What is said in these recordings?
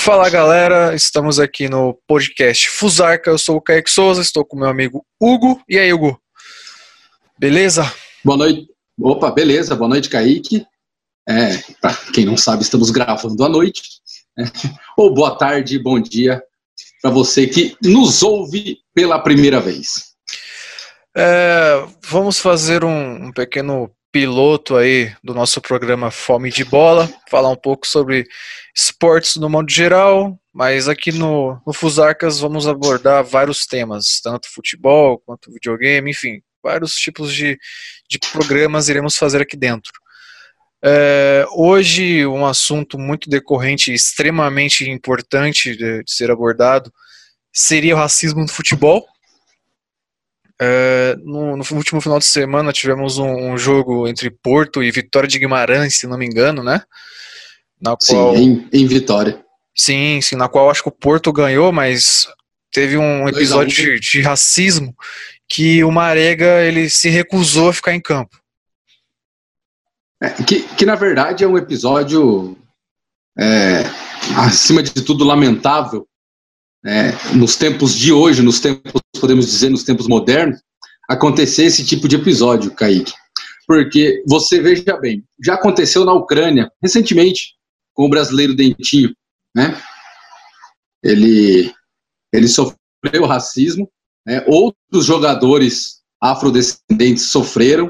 Fala galera, estamos aqui no podcast Fusarca, eu sou o Kaique Souza, estou com meu amigo Hugo. E aí, Hugo? Beleza? Boa noite. Opa, beleza. Boa noite, Kaique. Para quem não sabe, estamos gravando à noite. Ou boa tarde, bom dia para você que nos ouve pela primeira vez. Vamos fazer um pequeno piloto aí do nosso programa Fome de Bola, falar um pouco sobre esportes no modo geral, mas aqui no Fusarcas vamos abordar vários temas, tanto futebol quanto videogame, enfim, vários tipos de programas iremos fazer aqui dentro. Hoje um assunto muito decorrente, extremamente importante de ser abordado, seria o racismo no futebol. No último final de semana tivemos um jogo entre Porto e Vitória de Guimarães, se não me engano, né? Sim, em Vitória. Sim, na qual acho que o Porto ganhou, mas teve um episódio de racismo que o Marega ele se recusou a ficar em campo. Que na verdade é um episódio acima de tudo lamentável. Nos tempos de hoje, podemos dizer, nos tempos modernos, acontecer esse tipo de episódio, Kaique. Porque você veja bem, já aconteceu na Ucrânia, recentemente, com o brasileiro Dentinho, né? Ele sofreu racismo, né? Outros jogadores afrodescendentes sofreram,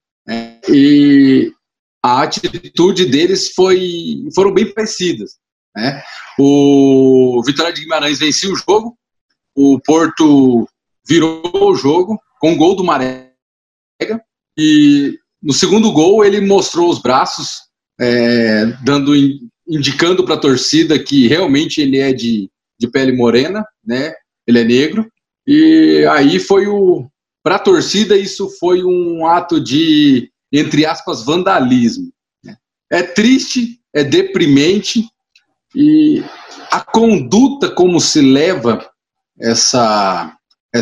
e a atitude deles foram bem parecidas. O Vitória de Guimarães venceu o jogo, o Porto virou o jogo com o gol do Marega, e no segundo gol ele mostrou os braços, indicando para a torcida que realmente ele é de pele morena, né? Ele é negro, e aí para a torcida isso foi um ato de, entre aspas, vandalismo. É triste, é deprimente. E a conduta como se leva essas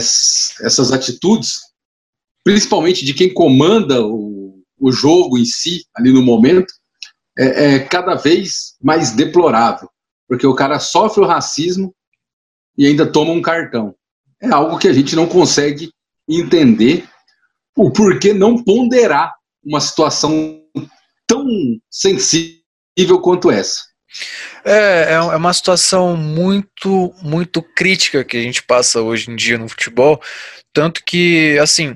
atitudes, principalmente de quem comanda o jogo em si, ali no momento, é cada vez mais deplorável, porque o cara sofre o racismo e ainda toma um cartão. É algo que a gente não consegue entender o porquê não ponderar uma situação tão sensível quanto essa. É uma situação muito, muito crítica que a gente passa hoje em dia no futebol, tanto que, assim,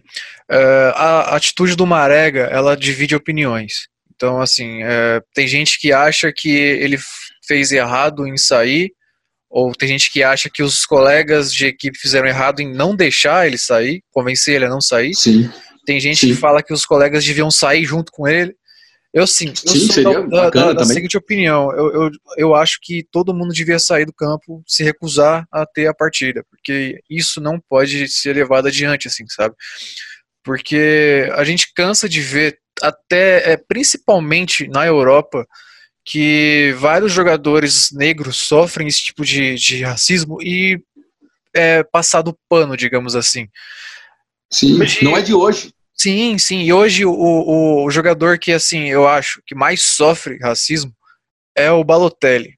a atitude do Marega, ela divide opiniões. Então, assim, tem gente que acha que ele fez errado em sair, ou tem gente que acha que os colegas de equipe fizeram errado em não deixar ele sair, convencer ele a não sair. Sim. Tem gente que fala que os colegas deviam sair junto com ele. Eu sou da seguinte opinião, eu acho que todo mundo devia sair do campo, se recusar a ter a partida, porque isso não pode ser levado adiante, assim, sabe? Porque a gente cansa de ver, até principalmente na Europa, que vários jogadores negros sofrem esse tipo de racismo e é passado pano, digamos assim. Sim, não é de hoje. Sim, e hoje o jogador que, assim, eu acho que mais sofre racismo é o Balotelli.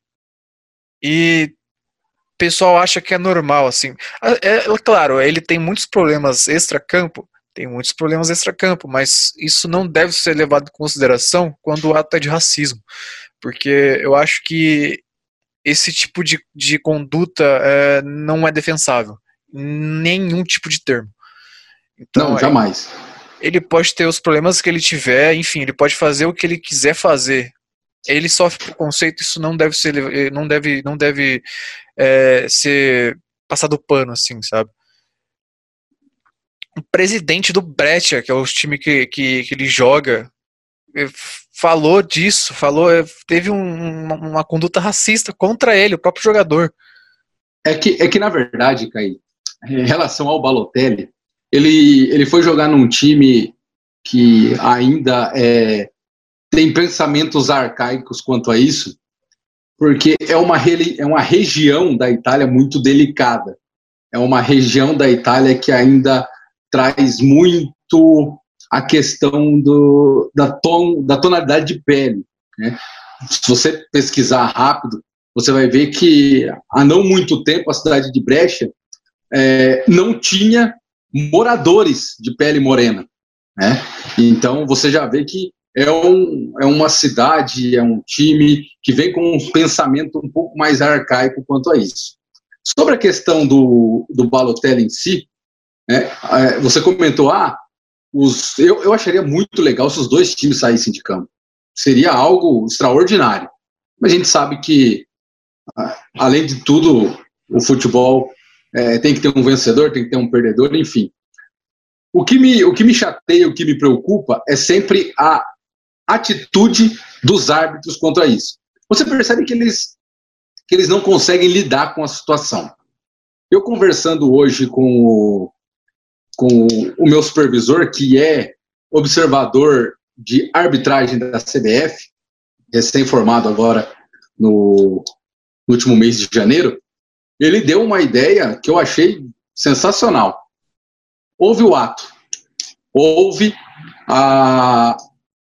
E o pessoal acha que é normal, assim. Claro, ele tem muitos problemas extracampo, mas isso não deve ser levado em consideração quando o ato é de racismo. Porque eu acho que esse tipo de conduta não é defensável. Em nenhum tipo de termo. Então, não, jamais. Ele pode ter os problemas que ele tiver, enfim, ele pode fazer o que ele quiser fazer. Ele sofre preconceito, isso não deve ser passado pano, assim, sabe? O presidente do Brescia, que é o time que ele joga, falou disso, teve uma conduta racista contra ele, o próprio jogador. É que na verdade, Caí, em relação ao Balotelli, ele foi jogar num time que ainda tem pensamentos arcaicos quanto a isso, porque é uma região da Itália muito delicada. É uma região da Itália que ainda traz muito a questão da tonalidade de pele, né? Se você pesquisar rápido, você vai ver que há não muito tempo a cidade de Brecha não tinha moradores de pele morena, né? Então você já vê que é uma cidade, é um time que vem com um pensamento um pouco mais arcaico quanto a isso. Sobre a questão do Balotelli em si, você comentou, eu acharia muito legal se os dois times saíssem de campo. Seria algo extraordinário. Mas a gente sabe que, além de tudo, o futebol tem que ter um vencedor, tem que ter um perdedor, enfim. O que me chateia, o que me preocupa é sempre a atitude dos árbitros contra isso. Você percebe que eles não conseguem lidar com a situação. Eu conversando hoje com o meu supervisor, que é observador de arbitragem da CBF, recém-formado agora no último mês de janeiro, ele deu uma ideia que eu achei sensacional. Houve o ato, houve a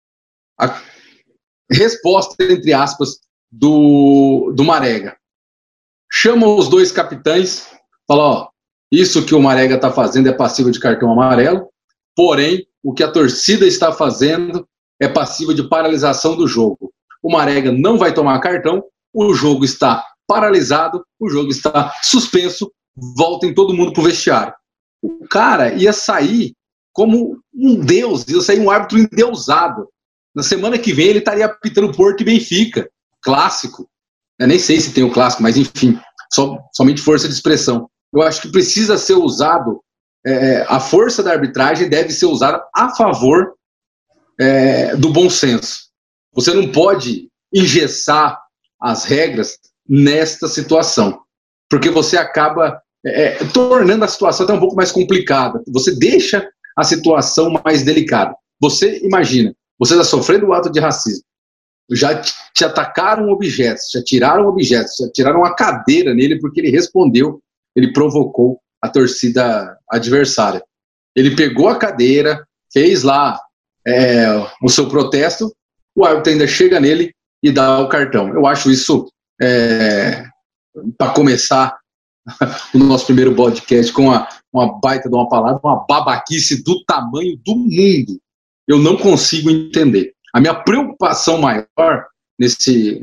resposta, entre aspas, do Marega. Chama os dois capitães, fala, isso que o Marega está fazendo é passível de cartão amarelo, porém, o que a torcida está fazendo é passível de paralisação do jogo. O Marega não vai tomar cartão, o jogo está paralisado, o jogo está suspenso, voltem todo mundo para o vestiário. O cara ia sair como um deus, ia sair um árbitro endeusado. Na semana que vem ele estaria apitando Porto e Benfica, clássico. Eu nem sei se tem o clássico, mas enfim, somente força de expressão. Eu acho que precisa ser usado, a força da arbitragem deve ser usada a favor do bom senso. Você não pode engessar as regras nesta situação, porque você acaba tornando a situação até um pouco mais complicada. Você deixa a situação mais delicada. Você imagina, você está sofrendo o ato de racismo, já te atacaram objetos, já tiraram objetos, já tiraram uma cadeira nele porque ele respondeu, ele provocou a torcida adversária. Ele pegou a cadeira, fez lá o seu protesto, o árbitro ainda chega nele e dá o cartão. Eu acho isso, para começar o nosso primeiro podcast com uma baita de uma palavra, uma babaquice do tamanho do mundo. Eu não consigo entender. A minha preocupação maior nesse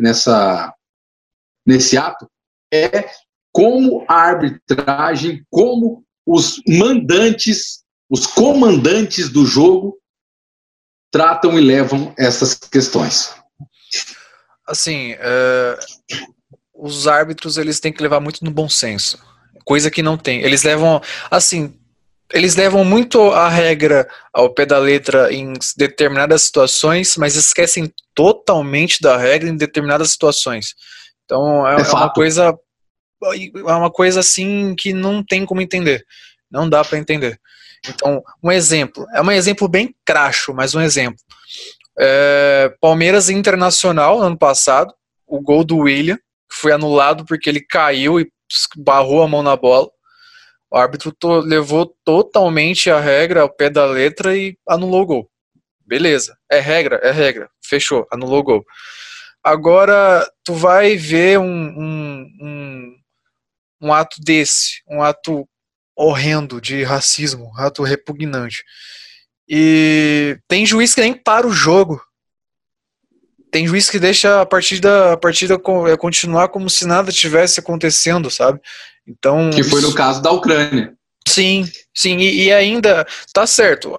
ato é como a arbitragem, como os comandantes do jogo tratam e levam essas questões. Assim, os árbitros, eles têm que levar muito no bom senso, coisa que não tem. Eles levam muito a regra ao pé da letra em determinadas situações, mas esquecem totalmente da regra em determinadas situações. Então é uma coisa assim que não tem como entender. Não dá para entender. Então, um exemplo bem cracho, mas um exemplo. Palmeiras Internacional, ano passado, o gol do William, que foi anulado porque ele caiu e barrou a mão na bola. O árbitro levou totalmente a regra ao pé da letra e anulou o gol. Beleza, é regra, fechou, anulou o gol. Agora, tu vai ver um ato desse, um ato horrendo de racismo, um ato repugnante. E tem juiz que nem para o jogo. Tem juiz que deixa a partida continuar como se nada tivesse acontecendo, sabe? Então, que foi no caso da Ucrânia. Sim, e ainda tá certo.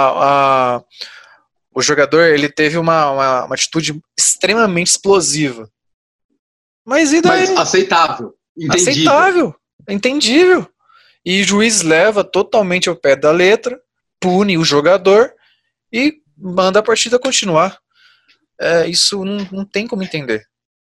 O jogador, ele teve uma atitude extremamente explosiva. Mas e daí? Mas aceitável, entendível. Aceitável, entendível. E o juiz leva totalmente ao pé da letra, pune o jogador e manda a partida continuar. Isso não tem como entender.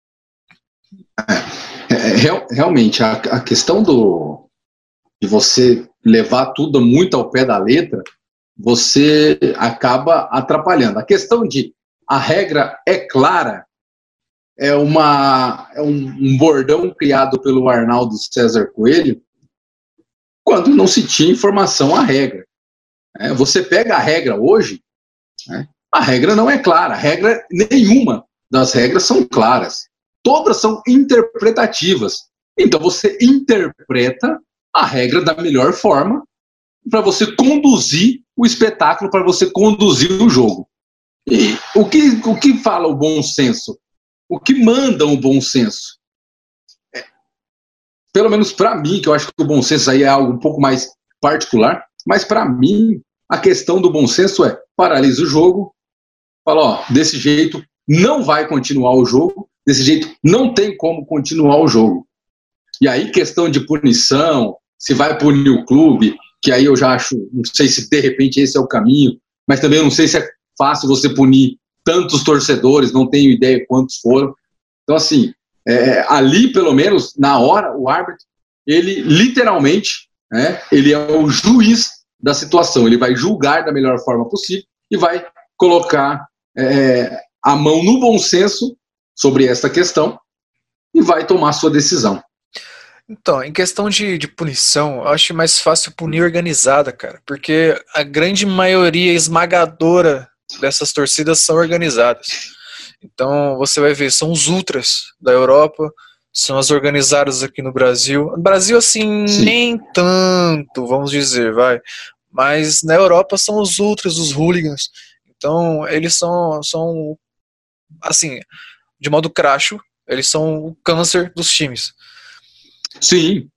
Realmente, a questão de você levar tudo muito ao pé da letra, você acaba atrapalhando. A questão de a regra é clara é um bordão criado pelo Arnaldo César Coelho quando não se tinha informação à regra. Você pega a regra hoje, a regra não é clara. Nenhuma das regras são claras. todas são interpretativas. Então você interpreta a regra da melhor forma para você conduzir o espetáculo, para você conduzir o jogo. E o que fala o bom senso? O que manda o bom senso? Pelo menos para mim, que eu acho que o bom senso aí é algo um pouco mais particular, mas para mim, a questão do bom senso é: paralisa o jogo, fala, ó, desse jeito não vai continuar o jogo, desse jeito não tem como continuar o jogo. E aí, questão de punição, se vai punir o clube, que aí eu já acho, não sei se de repente esse é o caminho, mas também eu não sei se é fácil você punir tantos torcedores, não tenho ideia quantos foram. Então, assim, ali, pelo menos, na hora, o árbitro, ele literalmente, ele é o juiz da situação, ele vai julgar da melhor forma possível e vai colocar a mão no bom senso sobre essa questão e vai tomar sua decisão. Então, em questão de punição, eu acho mais fácil punir organizada, cara, porque a grande maioria esmagadora dessas torcidas são organizadas. Então, você vai ver, são os ultras da Europa, são as organizadas aqui no Brasil. No Brasil, assim, sim, nem tanto, vamos dizer, vai. Mas na Europa são os ultras, os hooligans. Então, eles são assim, de modo cracho, eles são o câncer dos times. Sim.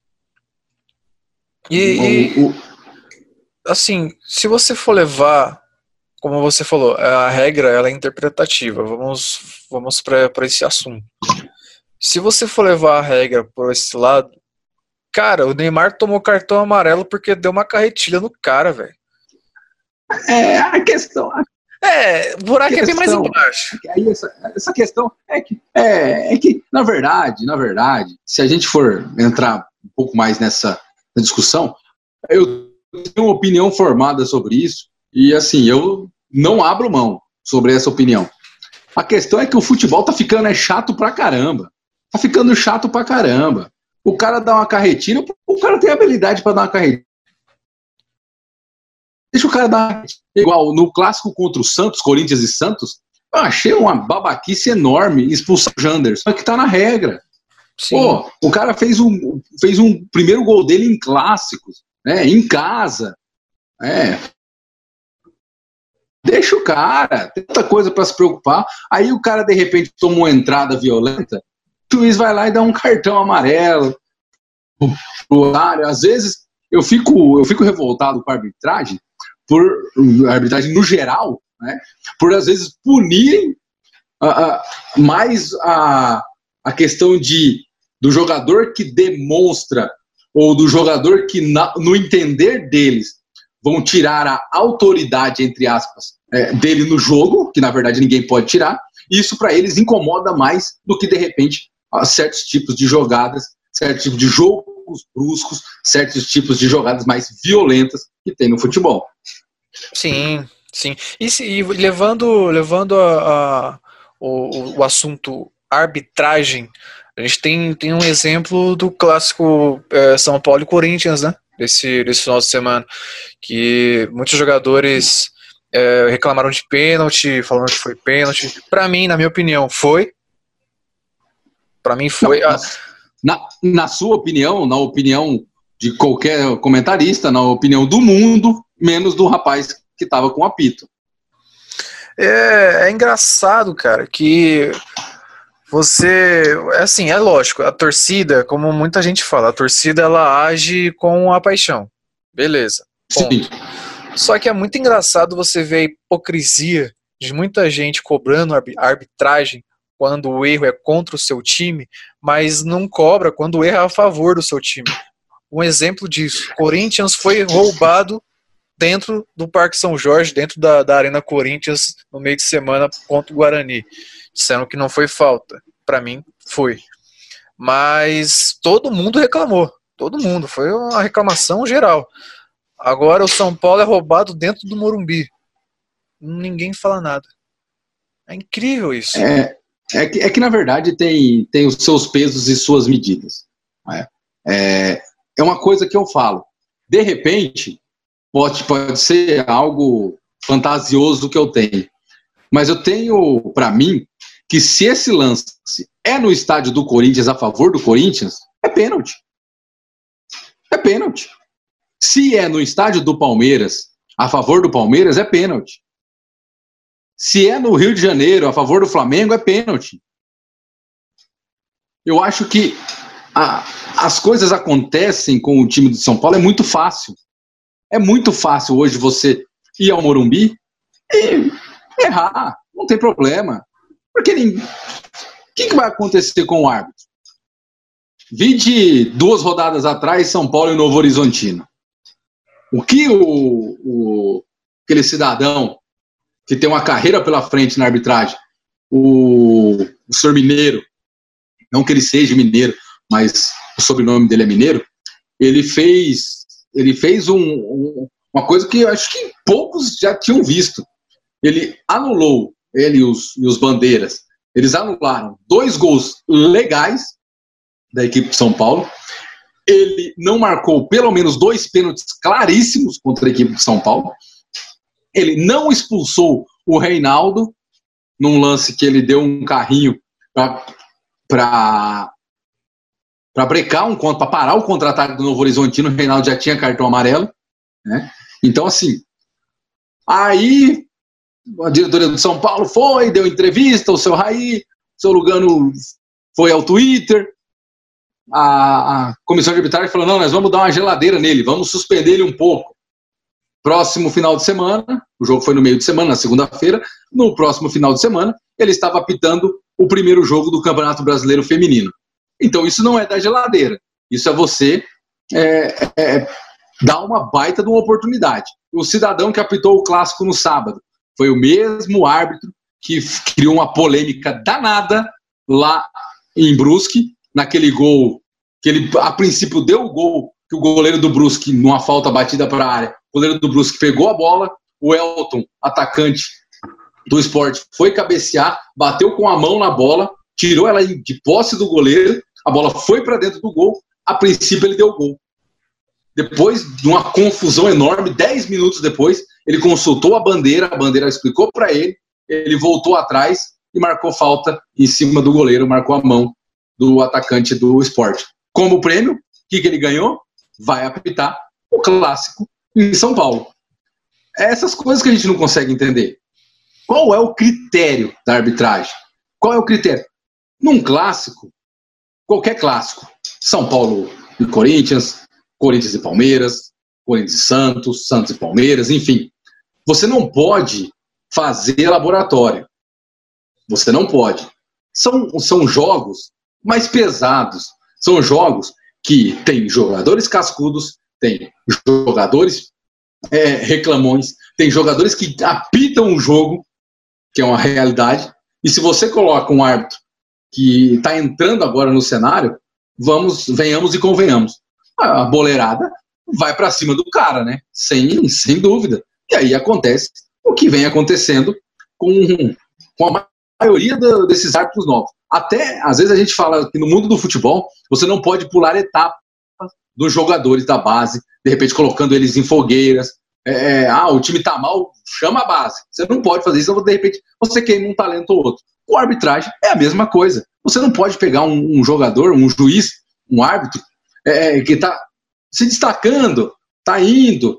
Assim, se você for levar, como você falou, a regra ela é interpretativa. Vamos para esse assunto. Se você for levar a regra por esse lado, cara, o Neymar tomou cartão amarelo porque deu uma carretilha no cara, velho. A questão. O buraco é bem mais embaixo. Aí essa questão é que na verdade, se a gente for entrar um pouco mais nessa discussão, eu tenho uma opinião formada sobre isso e, assim, eu não abro mão sobre essa opinião. A questão é que o futebol tá ficando chato pra caramba. Tá ficando chato pra caramba. O cara dá uma carretilha, o cara tem habilidade pra dar uma carretilha. Deixa o cara dar igual no clássico contra o Santos, Corinthians e Santos. Eu achei uma babaquice enorme expulsar o Janderson, que tá na regra. Sim. Pô, o cara fez um primeiro gol dele em clássicos, em casa. Deixa o cara, tem tanta coisa para se preocupar. Aí o cara de repente toma uma entrada violenta, o juiz vai lá e dá um cartão amarelo pro área. Às vezes eu fico revoltado com a arbitragem, por a arbitragem no geral, por às vezes punirem mais a questão do jogador que demonstra, ou do jogador que, no entender deles, vão tirar a autoridade, entre aspas, dele no jogo, que na verdade ninguém pode tirar. Isso para eles incomoda mais do que, de repente, certos tipos de jogadas, certos tipos de jogos bruscos, certos tipos de jogadas mais violentas que tem no futebol. Sim, sim. E levando o assunto arbitragem, a gente tem um exemplo do clássico São Paulo e Corinthians, né? Desse final de semana, que muitos jogadores reclamaram de pênalti, falando que foi pênalti. Para mim, na minha opinião, foi. Para mim foi. Na sua opinião, na opinião de qualquer comentarista, na opinião do mundo, menos do rapaz que estava com o apito. É engraçado, cara, que você... Assim, é lógico, a torcida, como muita gente fala, a torcida ela age com a paixão. Beleza, ponto. Sim. Só que é muito engraçado você ver a hipocrisia de muita gente cobrando arbitragem quando o erro é contra o seu time, mas não cobra quando o erro é a favor do seu time. Um exemplo disso, Corinthians foi roubado dentro do Parque São Jorge, dentro da Arena Corinthians, no meio de semana contra o Guarani. Disseram que não foi falta. Para mim, foi. Mas todo mundo reclamou. Todo mundo. Foi uma reclamação geral. Agora o São Paulo é roubado dentro do Morumbi. Ninguém fala nada. É incrível isso. É que na verdade, tem os seus pesos e suas medidas. É uma coisa que eu falo. De repente, pode ser algo fantasioso que eu tenho. Mas eu tenho, para mim, que se esse lance é no estádio do Corinthians a favor do Corinthians, é pênalti. É pênalti. Se é no estádio do Palmeiras a favor do Palmeiras, é pênalti. Se é no Rio de Janeiro a favor do Flamengo, é pênalti. Eu acho que as coisas acontecem com o time de São Paulo, é muito fácil. É muito fácil hoje você ir ao Morumbi e errar, não tem problema. Porque o que vai acontecer com o árbitro? Vi de 2 rodadas atrás, São Paulo e Novo Horizontino. O que aquele cidadão que tem uma carreira pela frente na arbitragem, o senhor Mineiro, não que ele seja mineiro, mas o sobrenome dele é Mineiro, ele fez uma coisa que eu acho que poucos já tinham visto. Ele anulou, ele e os bandeiras, eles anularam 2 gols legais da equipe de São Paulo. Ele não marcou pelo menos 2 pênaltis claríssimos contra a equipe de São Paulo. Ele não expulsou o Reinaldo num lance que ele deu um carrinho para brecar para parar o contra-ataque do Novo Horizontino. O Reinaldo já tinha cartão amarelo, né? Então, assim, aí a diretoria do São Paulo deu entrevista, o seu Raí, o seu Lugano foi ao Twitter, a comissão de arbitragem falou, não, nós vamos dar uma geladeira nele, vamos suspender ele um pouco. Próximo final de semana, o jogo foi no meio de semana, na segunda-feira, no próximo final de semana, ele estava apitando o primeiro jogo do Campeonato Brasileiro Feminino. Então isso não é da geladeira, isso é você dar uma baita de uma oportunidade. O cidadão que apitou o clássico no sábado foi o mesmo árbitro que criou uma polêmica danada lá em Brusque, naquele gol que ele a princípio deu o gol, que o goleiro do Brusque, numa falta batida para a área, o goleiro do Brusque pegou a bola, o Elton, atacante do Sport, foi cabecear, bateu com a mão na bola, tirou ela de posse do goleiro, a bola foi para dentro do gol, a princípio ele deu o gol. Depois de uma confusão enorme, 10 minutos depois, ele consultou a bandeira explicou para ele, ele voltou atrás e marcou falta em cima do goleiro, marcou a mão do atacante do Sport. Como prêmio, o que ele ganhou? Vai apitar o clássico em São Paulo. É essas coisas que a gente não consegue entender. Qual é o critério da arbitragem? Qual é o critério? Num clássico, qualquer clássico, São Paulo e Corinthians, Corinthians e Palmeiras, Corinthians e Santos, Santos e Palmeiras, enfim. Você não pode fazer laboratório. Você não pode. São jogos mais pesados. São jogos que tem jogadores cascudos, tem jogadores reclamões, tem jogadores que apitam o jogo, que é uma realidade, e se você coloca um árbitro que está entrando agora no cenário, venhamos e convenhamos. A boleirada vai para cima do cara, né? Sem dúvida. E aí acontece o que vem acontecendo com a maioria desses árbitros novos. Até, às vezes, a gente fala que no mundo do futebol, você não pode pular etapas dos jogadores da base, de repente colocando eles em fogueiras. O time tá mal, chama a base. Você não pode fazer isso, então, de repente, você queima um talento ou outro. O arbitragem é a mesma coisa. Você não pode pegar um jogador, um juiz, um árbitro, que tá se destacando, tá indo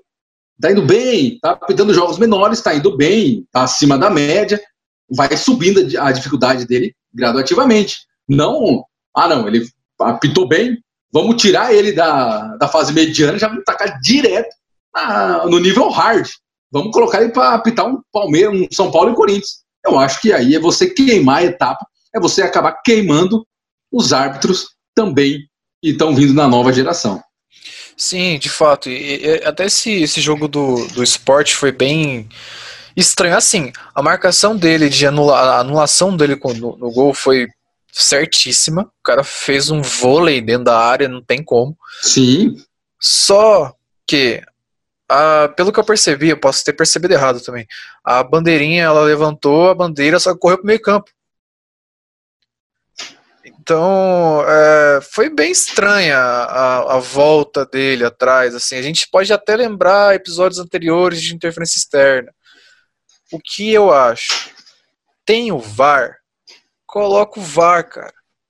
bem, tá apitando jogos menores, tá indo bem, tá acima da média, vai subindo a dificuldade dele gradativamente. Não, ele apitou bem, vamos tirar ele da fase mediana e já vamos tacar direto no nível hard. Vamos colocar ele para apitar um Palmeiras, um São Paulo e Corinthians. Eu acho que aí é você queimar a etapa, é você acabar queimando os árbitros também que estão vindo na nova geração. Sim, de fato. E até esse jogo do Sport foi bem estranho. Assim, a marcação dele, a anulação dele no gol foi certíssima. O cara fez um vôlei dentro da área, não tem como. Sim. Só que, pelo que eu percebi, eu posso ter percebido errado também, a bandeirinha, ela levantou a bandeira, só que correu pro meio campo. Então, foi bem estranha a volta dele atrás. Assim, a gente pode até lembrar episódios anteriores de interferência externa. O que eu acho? Tem o VAR? Coloca o VAR, cara.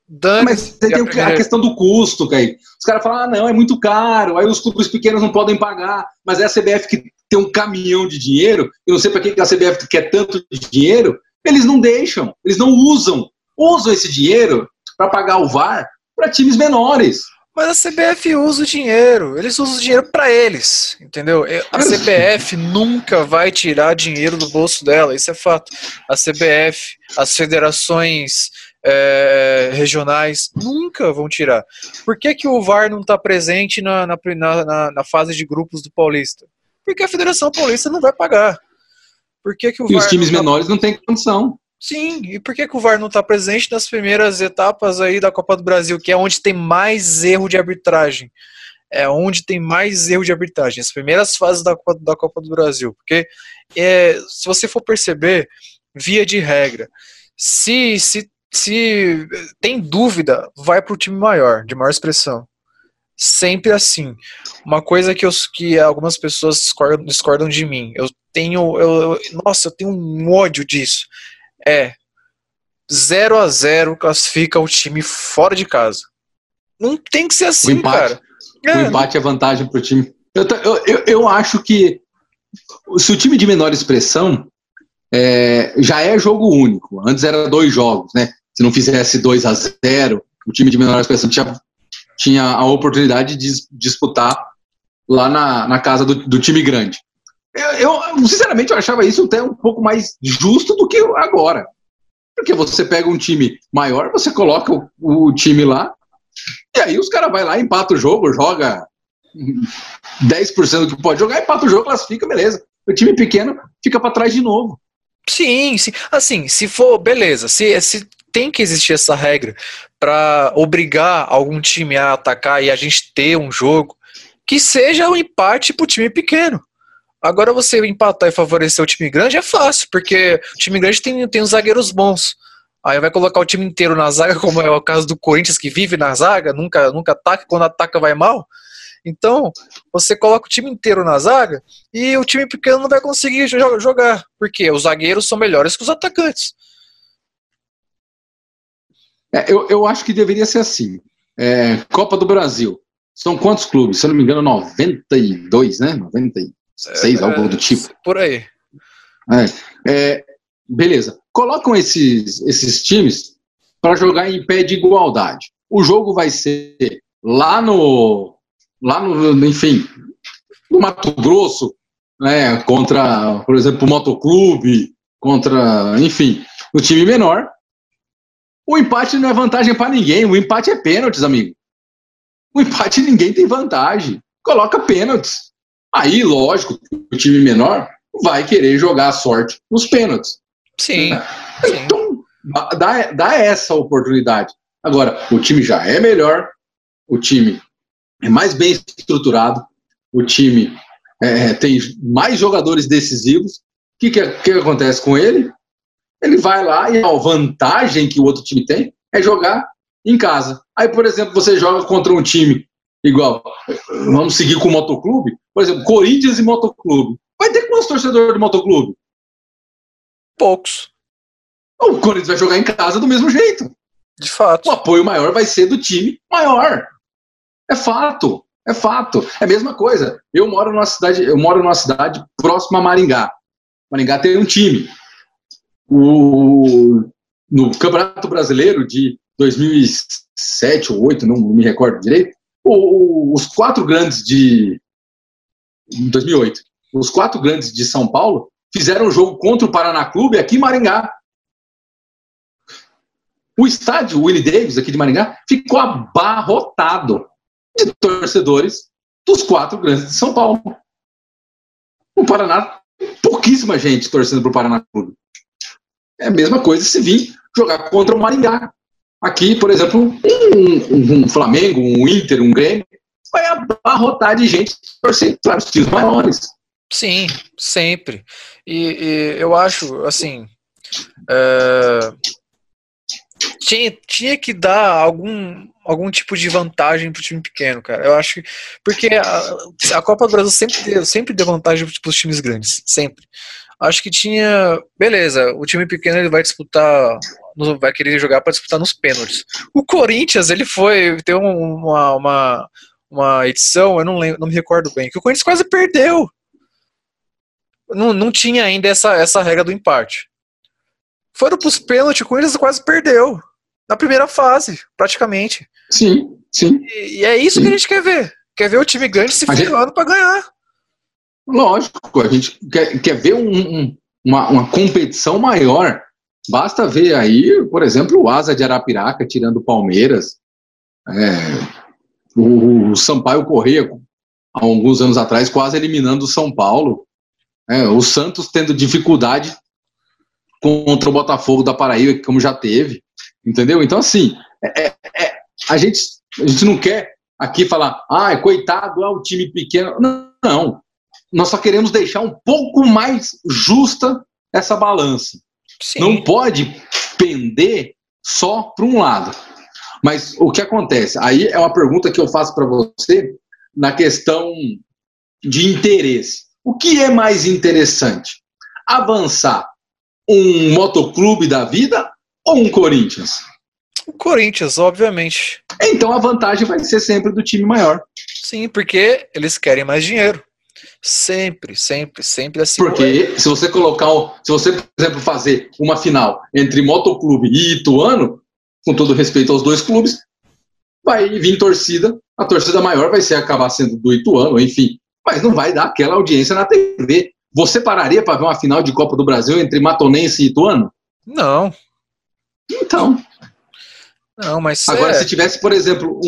Mas tem a questão do custo, Kaique. Os caras falam, não, é muito caro, aí os clubes pequenos não podem pagar, mas é a CBF que tem um caminhão de dinheiro, eu não sei para que a CBF quer tanto dinheiro, eles não deixam, eles não usam esse dinheiro para pagar o VAR para times menores. Mas a CBF usa o dinheiro, eles usam o dinheiro para eles, entendeu? A CBF nunca vai tirar dinheiro do bolso dela, isso é fato. A CBF, as federações regionais nunca vão tirar. Por que o VAR não está presente na fase de grupos do Paulista? Porque a Federação Paulista não vai pagar. Por que o VAR e os times menores não têm condição. Sim, e por que o VAR não está presente nas primeiras etapas aí da Copa do Brasil, que é onde tem mais erro de arbitragem? É onde tem mais erro de arbitragem, as primeiras fases da Copa do Brasil. Porque se você for perceber, via de regra, se tem dúvida, vai para o time maior, de maior expressão. Sempre assim. Uma coisa que algumas pessoas discordam de mim. Eu tenho um ódio disso. 0-0 classifica o time fora de casa. Não tem que ser assim, cara. O empate é vantagem pro time. Eu acho que se o time de menor expressão já é jogo único. Antes era 2 jogos, né? Se não fizesse 2-0, o time de menor expressão tinha a oportunidade de disputar lá na casa do time grande. Sinceramente, eu achava isso até um pouco mais justo do que agora. Porque você pega um time maior, você coloca o time lá, e aí os caras vão lá, empata o jogo, joga 10% do que pode jogar, empata o jogo, classifica, beleza. O time pequeno fica para trás de novo. Sim. Assim, se for, beleza. Se tem que existir essa regra para obrigar algum time a atacar e a gente ter um jogo, que seja um empate pro time pequeno. Agora você empatar e favorecer o time grande é fácil, porque o time grande tem uns zagueiros bons. Aí vai colocar o time inteiro na zaga, como é o caso do Corinthians, que vive na zaga, nunca ataca, quando ataca vai mal. Então, você coloca o time inteiro na zaga e o time pequeno não vai conseguir jogar, porque os zagueiros são melhores que os atacantes. Eu acho que deveria ser assim. Copa do Brasil. São quantos clubes? Se eu não me engano, 92, né? 96, algo do tipo. Por aí. Beleza. Colocam esses times para jogar em pé de igualdade. O jogo vai ser lá no enfim, no Mato Grosso, né, contra, por exemplo, o Motoclube, contra, enfim, o time menor. O empate não é vantagem para ninguém, o empate é pênaltis, amigo. O empate ninguém tem vantagem. Coloca pênaltis. Aí, lógico, o time menor vai querer jogar a sorte nos pênaltis. Sim. Então, dá essa oportunidade. Agora, o time já é melhor, o time é mais bem estruturado, o time tem mais jogadores decisivos. O que acontece com ele? Ele vai lá e a vantagem que o outro time tem é jogar em casa. Aí, por exemplo, você joga contra um time igual, vamos seguir com o Motoclube, por exemplo, Corinthians e Motoclube. Vai ter quantos torcedores do Motoclube? Poucos. O Corinthians vai jogar em casa do mesmo jeito. De fato. O apoio maior vai ser do time maior. É fato. É a mesma coisa. Eu moro numa cidade próxima a Maringá. Maringá tem um time. No Campeonato Brasileiro de 2007 ou 2008, não me recordo direito, os 4 grandes de 2008, os 4 grandes de São Paulo fizeram um jogo contra o Paraná Clube aqui em Maringá. O estádio Willie Davis aqui de Maringá ficou abarrotado de torcedores dos 4 grandes de São Paulo. O Paraná, pouquíssima gente torcendo para o Paraná Clube. É a mesma coisa se vir jogar contra o Maringá. Aqui, por exemplo, um Flamengo, um Inter, um Grêmio, vai abarrotar de gente torcendo para os times maiores. Sim, sempre. E eu acho, assim, tinha que dar algum tipo de vantagem pro time pequeno, cara. Eu acho que, porque a Copa do Brasil sempre deu vantagem pros times grandes, sempre. Acho que tinha. Beleza, o time pequeno ele vai disputar. Vai querer jogar para disputar nos pênaltis. O Corinthians, ele foi. Tem uma edição, eu não lembro, não me recordo bem, que o Corinthians quase perdeu. Não tinha ainda essa regra do empate. Foram pros pênaltis, o Corinthians quase perdeu. Na primeira fase, praticamente. Sim, sim. E é isso que a gente quer ver. Quer ver o time grande se ferrando pra ganhar. Lógico, a gente quer ver uma competição maior. Basta ver aí, por exemplo, o Asa de Arapiraca tirando o Palmeiras. O Sampaio Corrêa, há alguns anos atrás, quase eliminando o São Paulo. O Santos tendo dificuldade contra o Botafogo da Paraíba, como já teve. Entendeu? Então, assim, a gente não quer aqui falar, coitado, o time pequeno. Não. Nós só queremos deixar um pouco mais justa essa balança. Sim. Não pode pender só para um lado. Mas o que acontece? Aí é uma pergunta que eu faço para você na questão de interesse. O que é mais interessante? Avançar um motoclube da vida ou um Corinthians? O Corinthians, obviamente. Então a vantagem vai ser sempre do time maior. Sim, porque eles querem mais dinheiro. Sempre assim. Porque se você por exemplo, fazer uma final entre Motoclube e Ituano, com todo respeito aos dois clubes, vai vir torcida, a torcida maior vai acabar sendo do Ituano, enfim, mas não vai dar aquela audiência na TV. Você pararia para ver uma final de Copa do Brasil entre Matonense e Ituano? Não. Então. Não, mas agora, se tivesse, por exemplo,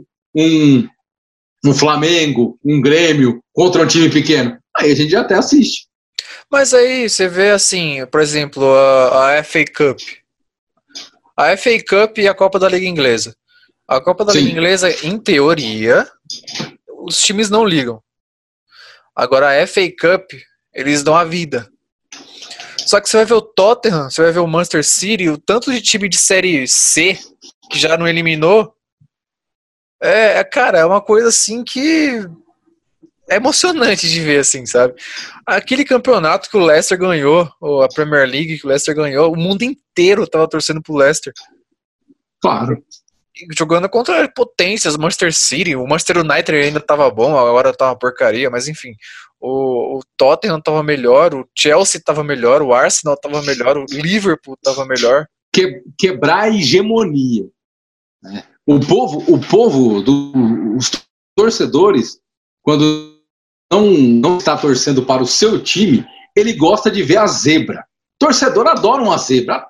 um Flamengo, um Grêmio contra um time pequeno, aí a gente já até assiste. Mas aí você vê assim, por exemplo, a FA Cup. A FA Cup e a Copa da Liga Inglesa. A Copa da Liga Inglesa, em teoria, os times não ligam. Agora a FA Cup, eles dão a vida. Só que você vai ver o Tottenham, você vai ver o Manchester City, o tanto de time de Série C que já não eliminou. Cara, é uma coisa assim que é emocionante de ver, assim, sabe? Aquele campeonato que o Leicester ganhou, ou a Premier League que o Leicester ganhou, o mundo inteiro tava torcendo pro Leicester. Claro. Jogando contra potências, Manchester City, o Manchester United ainda tava bom, agora tá uma porcaria, mas enfim. O Tottenham tava melhor, o Chelsea tava melhor, o Arsenal tava melhor, o Liverpool tava melhor. Quebrar a hegemonia. Né? O povo os torcedores, quando não está torcendo para o seu time, ele gosta de ver a zebra. O torcedor adora uma zebra.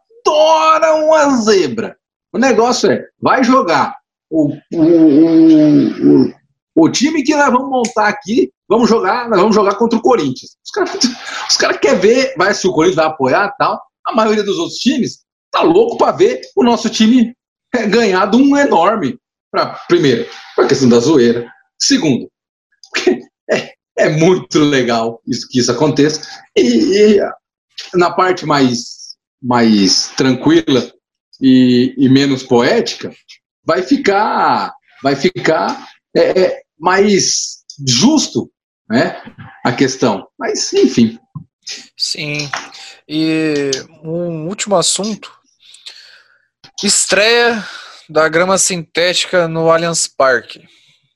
O negócio vai jogar. O time que nós vamos montar aqui, nós vamos jogar contra o Corinthians. Os caras querem ver, vai se o Corinthians vai apoiar e tal. A maioria dos outros times tá louco para ver o nosso time ganhar de um enorme. Primeiro, por questão da zoeira. Segundo, porque é muito legal que isso aconteça. E na parte mais tranquila e menos poética, vai ficar mais justo, né, a questão. Mas, enfim. Sim. E um último assunto. Estreia da grama sintética no Allianz Parque.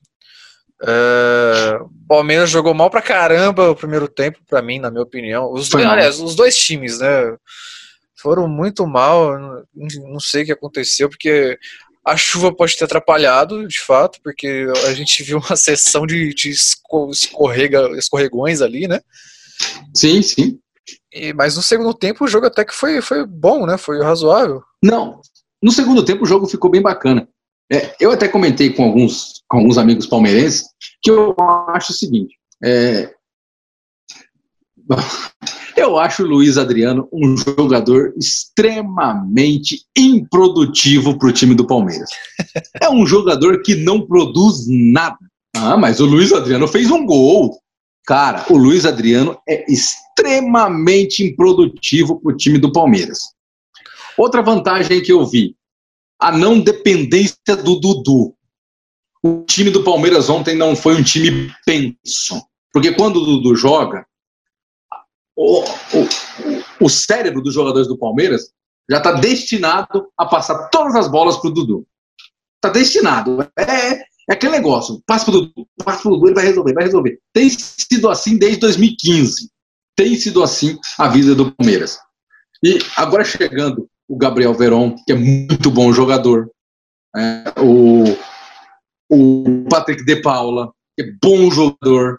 O Palmeiras jogou mal pra caramba o primeiro tempo, pra mim, na minha opinião. Os dois times, né, foram muito mal. Não sei o que aconteceu, porque a chuva pode ter atrapalhado, de fato, porque a gente viu uma sessão de escorregões ali, né? Sim. Mas no segundo tempo o jogo até que foi bom, né? Foi razoável. Não, no segundo tempo o jogo ficou bem bacana. Eu até comentei com alguns amigos palmeirenses que eu acho o seguinte. Eu acho o Luiz Adriano um jogador extremamente improdutivo para o time do Palmeiras. É um jogador que não produz nada. Mas o Luiz Adriano fez um gol. Cara, o Luiz Adriano é extremamente improdutivo para o time do Palmeiras. Outra vantagem que eu vi, a não dependência do Dudu. O time do Palmeiras ontem não foi um time penso. Porque quando o Dudu joga, o cérebro dos jogadores do Palmeiras já está destinado a passar todas as bolas pro Dudu. Está destinado. É aquele negócio. Passa pro Dudu, ele vai resolver. Tem sido assim desde 2015. Tem sido assim a vida do Palmeiras. E agora chegando o Gabriel Veron, que é muito bom jogador. O Patrick de Paula, que é bom jogador.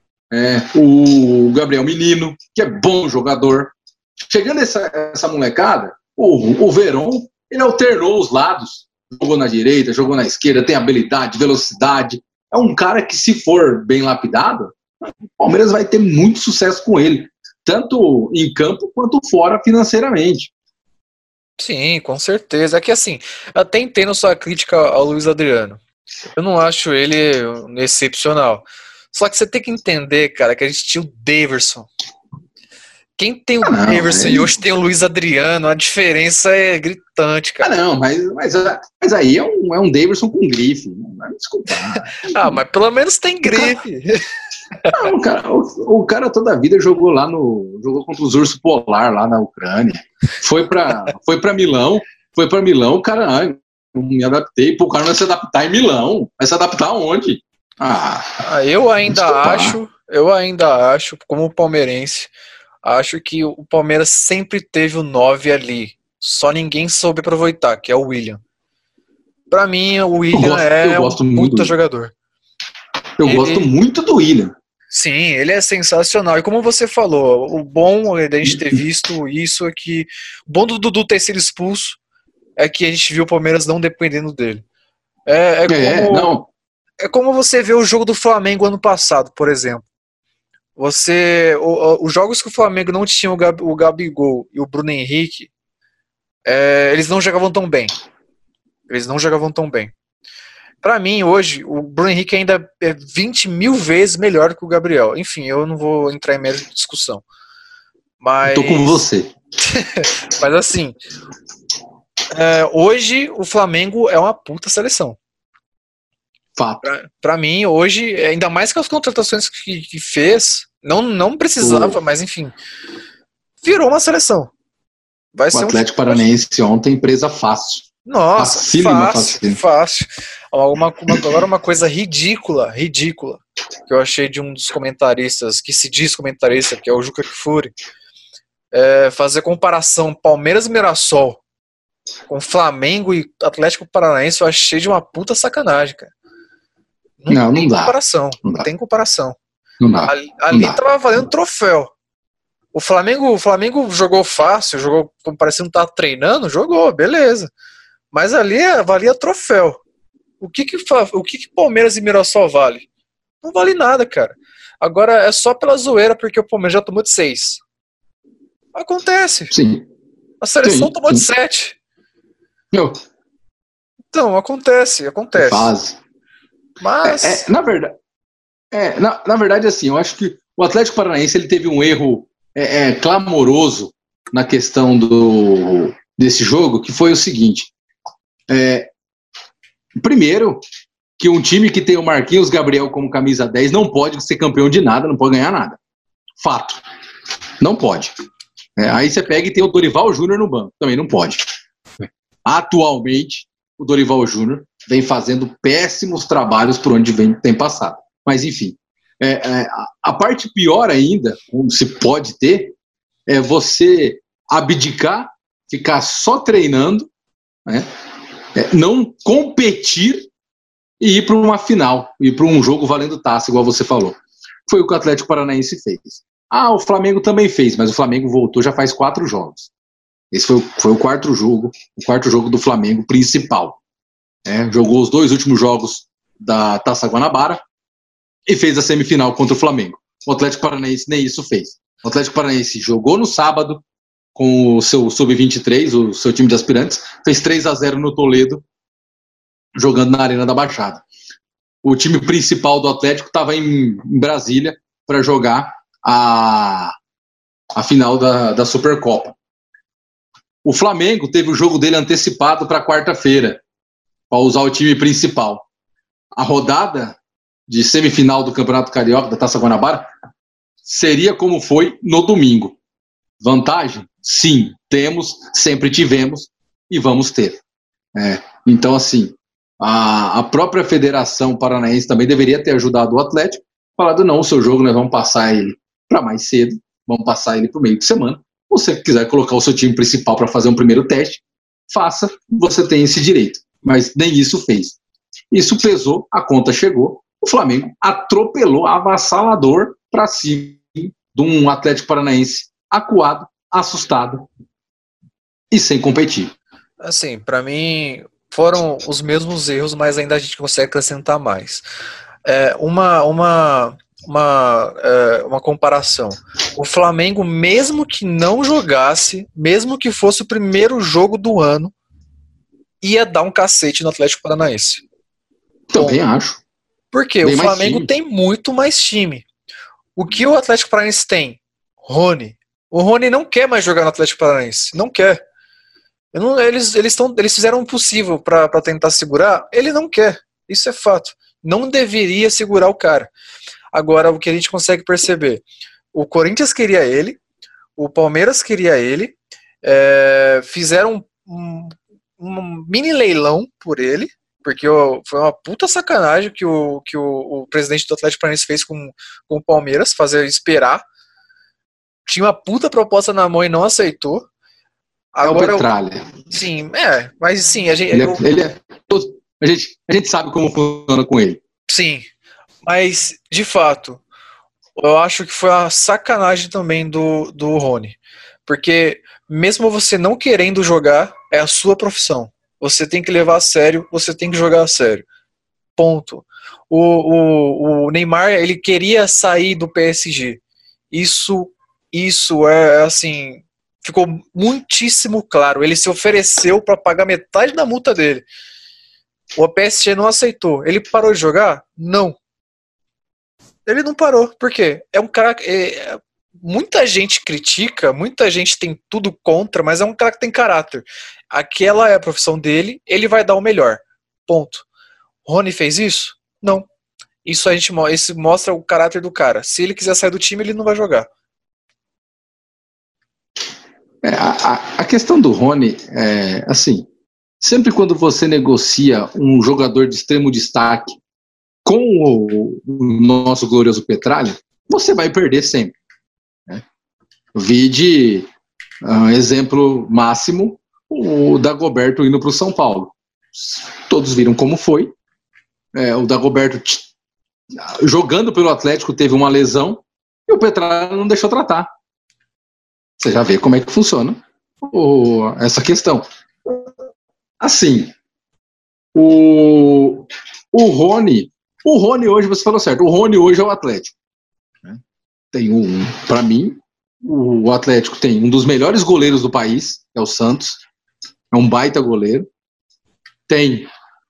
O Gabriel Menino, que é bom jogador. Chegando essa molecada, o Veron, ele alternou os lados. Jogou na direita, jogou na esquerda, tem habilidade, velocidade. É um cara que, se for bem lapidado, o Palmeiras vai ter muito sucesso com ele, tanto em campo quanto fora financeiramente. Sim, com certeza. É que assim, eu até entendo sua crítica ao Luiz Adriano. Eu não acho ele excepcional. Só que você tem que entender, cara, que a gente tinha o Daverson. Quem tem o Daverson e hoje tem o Luiz Adriano, a diferença é gritante, cara. Mas aí é um Daverson com grife. Não vai me desculpar. Mas pelo menos tem grife. Não, cara, o cara toda a vida jogou jogou contra os ursos polar lá na Ucrânia. Foi pra Milão, o cara, não me adaptei. Pô, o cara não vai se adaptar em Milão. Vai se adaptar aonde? Eu ainda acho, como palmeirense, acho que o Palmeiras sempre teve o 9 ali. Só ninguém soube aproveitar, que é o William. Pra mim, o William é um puta jogador. Eu gosto muito do William. Sim, ele é sensacional. E como você falou, o bom da gente ter visto isso é que o bom do Dudu ter sido expulso é que a gente viu o Palmeiras não dependendo dele. É como você vê o jogo do Flamengo ano passado, por exemplo. Os jogos que o Flamengo não tinha o Gabigol e o Bruno Henrique, eles não jogavam tão bem. Pra mim, hoje, o Bruno Henrique ainda é 20 mil vezes melhor que o Gabriel. Enfim, eu não vou entrar em mérito de discussão. Mas... Tô com você. Mas assim, hoje o Flamengo é uma puta seleção. Fato. Pra mim, hoje, ainda mais com as contratações que fez, não precisava, mas enfim, virou uma seleção. O Atlético Paranaense ontem, presa fácil. Nossa, fácil. Agora uma coisa ridícula, que eu achei de um dos comentaristas, que se diz comentarista, que é o Juca Kfouri, fazer comparação Palmeiras e Mirassol com Flamengo e Atlético Paranaense, eu achei de uma puta sacanagem, cara. Não tem comparação. Ali tava valendo troféu. O Flamengo jogou fácil, jogou como parecendo que tava treinando, jogou, beleza. Mas ali valia troféu. O que Palmeiras e Mirassol vale? Não vale nada, cara. Agora é só pela zoeira, porque o Palmeiras já tomou de 6. Acontece. Sim. A seleção tomou de 7. Então, acontece. Fase. Mas... Na verdade, assim, eu acho que o Atlético Paranaense ele teve um erro clamoroso na questão desse jogo, que foi o seguinte. Primeiro, que um time que tem o Marquinhos Gabriel como camisa 10 não pode ser campeão de nada, não pode ganhar nada. Fato. Não pode. Aí você pega e tem o Dorival Júnior no banco. Também não pode. Atualmente, o Dorival Júnior vem fazendo péssimos trabalhos por onde tem passado. Mas, enfim. A parte pior ainda, como se pode ter, é você abdicar, ficar só treinando, né? Não competir e ir para uma final, ir para um jogo valendo taça, igual você falou. Foi o que o Atlético Paranaense fez. O Flamengo também fez, mas o Flamengo voltou já faz 4 jogos. Esse foi o quarto jogo do Flamengo principal. Jogou os 2 últimos jogos da Taça Guanabara e fez a semifinal contra o Flamengo. O Atlético Paranaense nem isso fez. O Atlético Paranaense jogou no sábado com o seu Sub-23, o seu time de aspirantes, fez 3-0 no Toledo, jogando na Arena da Baixada. O time principal do Atlético estava em Brasília para jogar a final da Supercopa. O Flamengo teve o jogo dele antecipado para quarta-feira, para usar o time principal. A rodada de semifinal do Campeonato Carioca da Taça Guanabara seria como foi no domingo. vantagem? Sim, temos, sempre tivemos e vamos ter. Então, assim, a própria Federação Paranaense também deveria ter ajudado o Atlético, falado, não, o seu jogo nós vamos passar ele para mais cedo, vamos passar ele para o meio de semana. Ou se você quiser colocar o seu time principal para fazer um primeiro teste, faça, você tem esse direito. Mas nem isso fez. Isso pesou, a conta chegou, o Flamengo atropelou, avassalador para cima de um Atlético Paranaense acuado, assustado e sem competir. Assim, para mim foram os mesmos erros, mas ainda a gente consegue acrescentar mais. Uma comparação. O Flamengo, mesmo que não jogasse, mesmo que fosse o primeiro jogo do ano, ia dar um cacete no Atlético Paranaense. Também acho. Porque o Flamengo tem muito mais time. O que o Atlético Paranaense tem? Rony. O Rony não quer mais jogar no Atlético Paranaense. Não quer. Eles fizeram o possível para tentar segurar. Ele não quer. Isso é fato. Não deveria segurar o cara. Agora, o que a gente consegue perceber, o Corinthians queria ele, o Palmeiras queria ele, fizeram um mini leilão por ele, porque foi uma puta sacanagem que o presidente do Atlético Paranaense fez com o Palmeiras, fazer esperar. Tinha uma puta proposta na mão e não aceitou. Agora, é o Petralha. Sim, mas sim, a gente sabe como funciona com ele. Sim, mas de fato, eu acho que foi uma sacanagem também do Rony. Porque mesmo você não querendo jogar, é a sua profissão. Você tem que levar a sério, você tem que jogar a sério. Ponto. O Neymar, ele queria sair do PSG. Isso é assim, ficou muitíssimo claro. Ele se ofereceu para pagar metade da multa dele. O PSG não aceitou. Ele parou de jogar? Não. Ele não parou. Por quê? É um cara... muita gente critica, muita gente tem tudo contra, mas é um cara que tem caráter. Aquela é a profissão dele, ele vai dar o melhor. Ponto. Rony fez isso? Não. Isso mostra o caráter do cara. Se ele quiser sair do time, ele não vai jogar. A questão do Rony é assim, sempre quando você negocia um jogador de extremo destaque com o nosso glorioso Petralha, você vai perder sempre. Né? Vide exemplo máximo, o Dagoberto indo para o São Paulo. Todos viram como foi. O Dagoberto jogando pelo Atlético teve uma lesão e o Petralha não deixou tratar. Você já vê como é que funciona essa questão. Assim, o Rony hoje, você falou certo, o Rony hoje é o Atlético. Né? Para mim, o Atlético tem um dos melhores goleiros do país, é o Santos, é um baita goleiro. Tem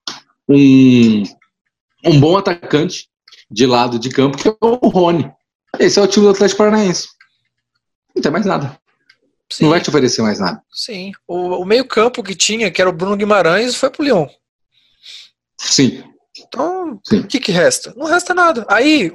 um bom atacante de lado de campo, que é o Rony. Esse é o time do Atlético Paranaense. Não tem mais nada. Sim. Não vai te oferecer mais nada. Sim. O meio-campo que tinha, que era o Bruno Guimarães, foi pro Lyon. Sim. Então, o que resta? Não resta nada. Aí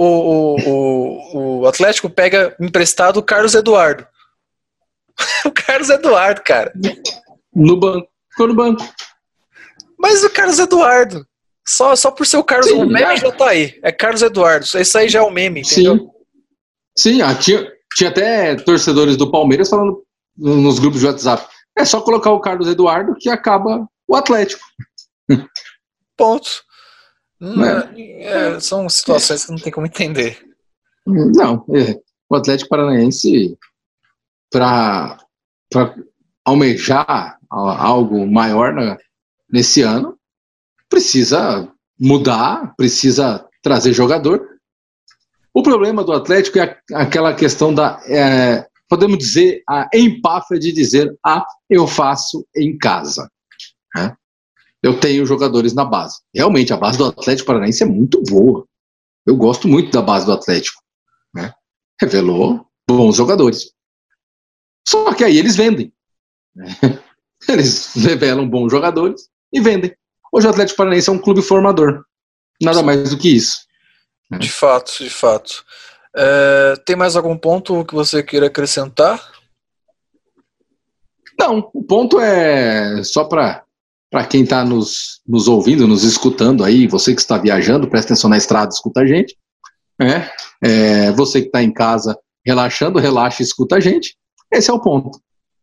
o Atlético pega emprestado o Carlos Eduardo. O Carlos Eduardo, cara. No banco. Ficou no banco. Mas o Carlos Eduardo. Só por ser o Carlos, sim, o meme já tá aí. É Carlos Eduardo. Isso aí já é o meme, entendeu? Sim, tinha até torcedores do Palmeiras falando nos grupos de WhatsApp. É só colocar o Carlos Eduardo que acaba o Atlético. Ponto. São situações que não tem como entender. Não, o Atlético Paranaense, para almejar algo maior nesse ano, precisa mudar, precisa trazer jogador. O problema do Atlético é aquela questão podemos dizer, a empáfia de dizer, eu faço em casa. Né? Eu tenho jogadores na base. Realmente, a base do Atlético Paranaense é muito boa. Eu gosto muito da base do Atlético. Né? Revelou bons jogadores. Só que aí eles vendem. Né? Eles revelam bons jogadores e vendem. Hoje o Atlético Paranaense é um clube formador. Nada mais do que isso. De fato, de fato. Tem mais algum ponto que você queira acrescentar? Não, o ponto é só para quem está nos ouvindo, nos escutando aí, você que está viajando, presta atenção na estrada, escuta a gente. Você que está em casa relaxando, relaxa e escuta a gente. Esse é o ponto.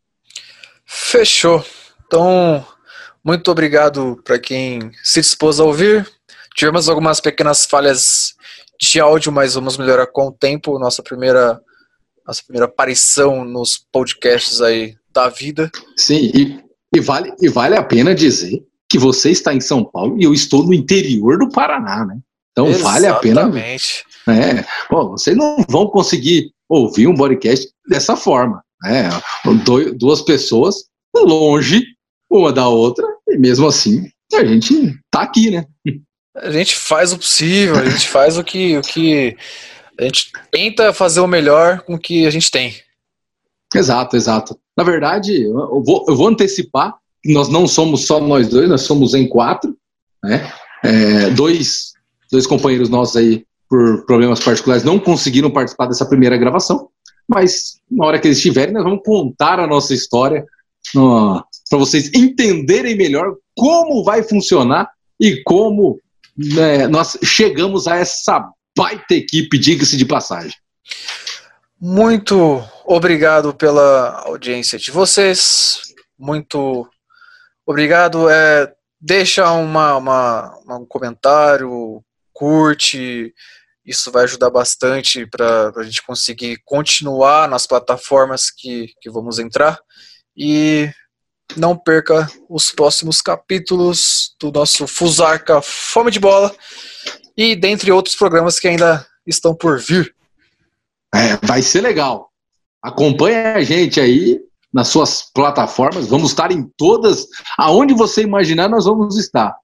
Fechou. Então, muito obrigado para quem se dispôs a ouvir. Tivemos algumas pequenas falhas de áudio, mas vamos melhorar com o tempo. Nossa primeira aparição nos podcasts aí da vida. Sim, e vale a pena dizer que você está em São Paulo e eu estou no interior do Paraná, né? Então vale a pena. Exatamente. Vocês não vão conseguir ouvir um podcast dessa forma. Duas pessoas longe uma da outra, e mesmo assim a gente tá aqui, né? A gente faz o possível, a gente faz o que a gente tenta fazer o melhor com o que a gente tem. Exato. Na verdade, eu vou antecipar que nós não somos só nós dois, nós somos em 4, né? Dois companheiros nossos aí, por problemas particulares, não conseguiram participar dessa primeira gravação, mas na hora que eles estiverem, nós vamos contar a nossa história para vocês entenderem melhor como vai funcionar e como nós chegamos a essa baita equipe, diga-se de passagem. Muito obrigado pela audiência de vocês. Muito obrigado. Deixa um comentário, curte. Isso vai ajudar bastante para a gente conseguir continuar nas plataformas que vamos entrar. E não perca os próximos capítulos do nosso Fusarca Fome de Bola e dentre outros programas que ainda estão por vir. Vai ser legal. Acompanhe a gente aí nas suas plataformas. Vamos estar em todas. Aonde você imaginar, nós vamos estar.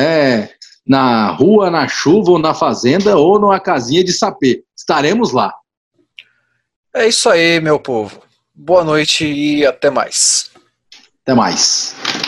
Na rua, na chuva, ou na fazenda, ou numa casinha de sapê. Estaremos lá. É isso aí, meu povo. Boa noite e até mais. Até mais.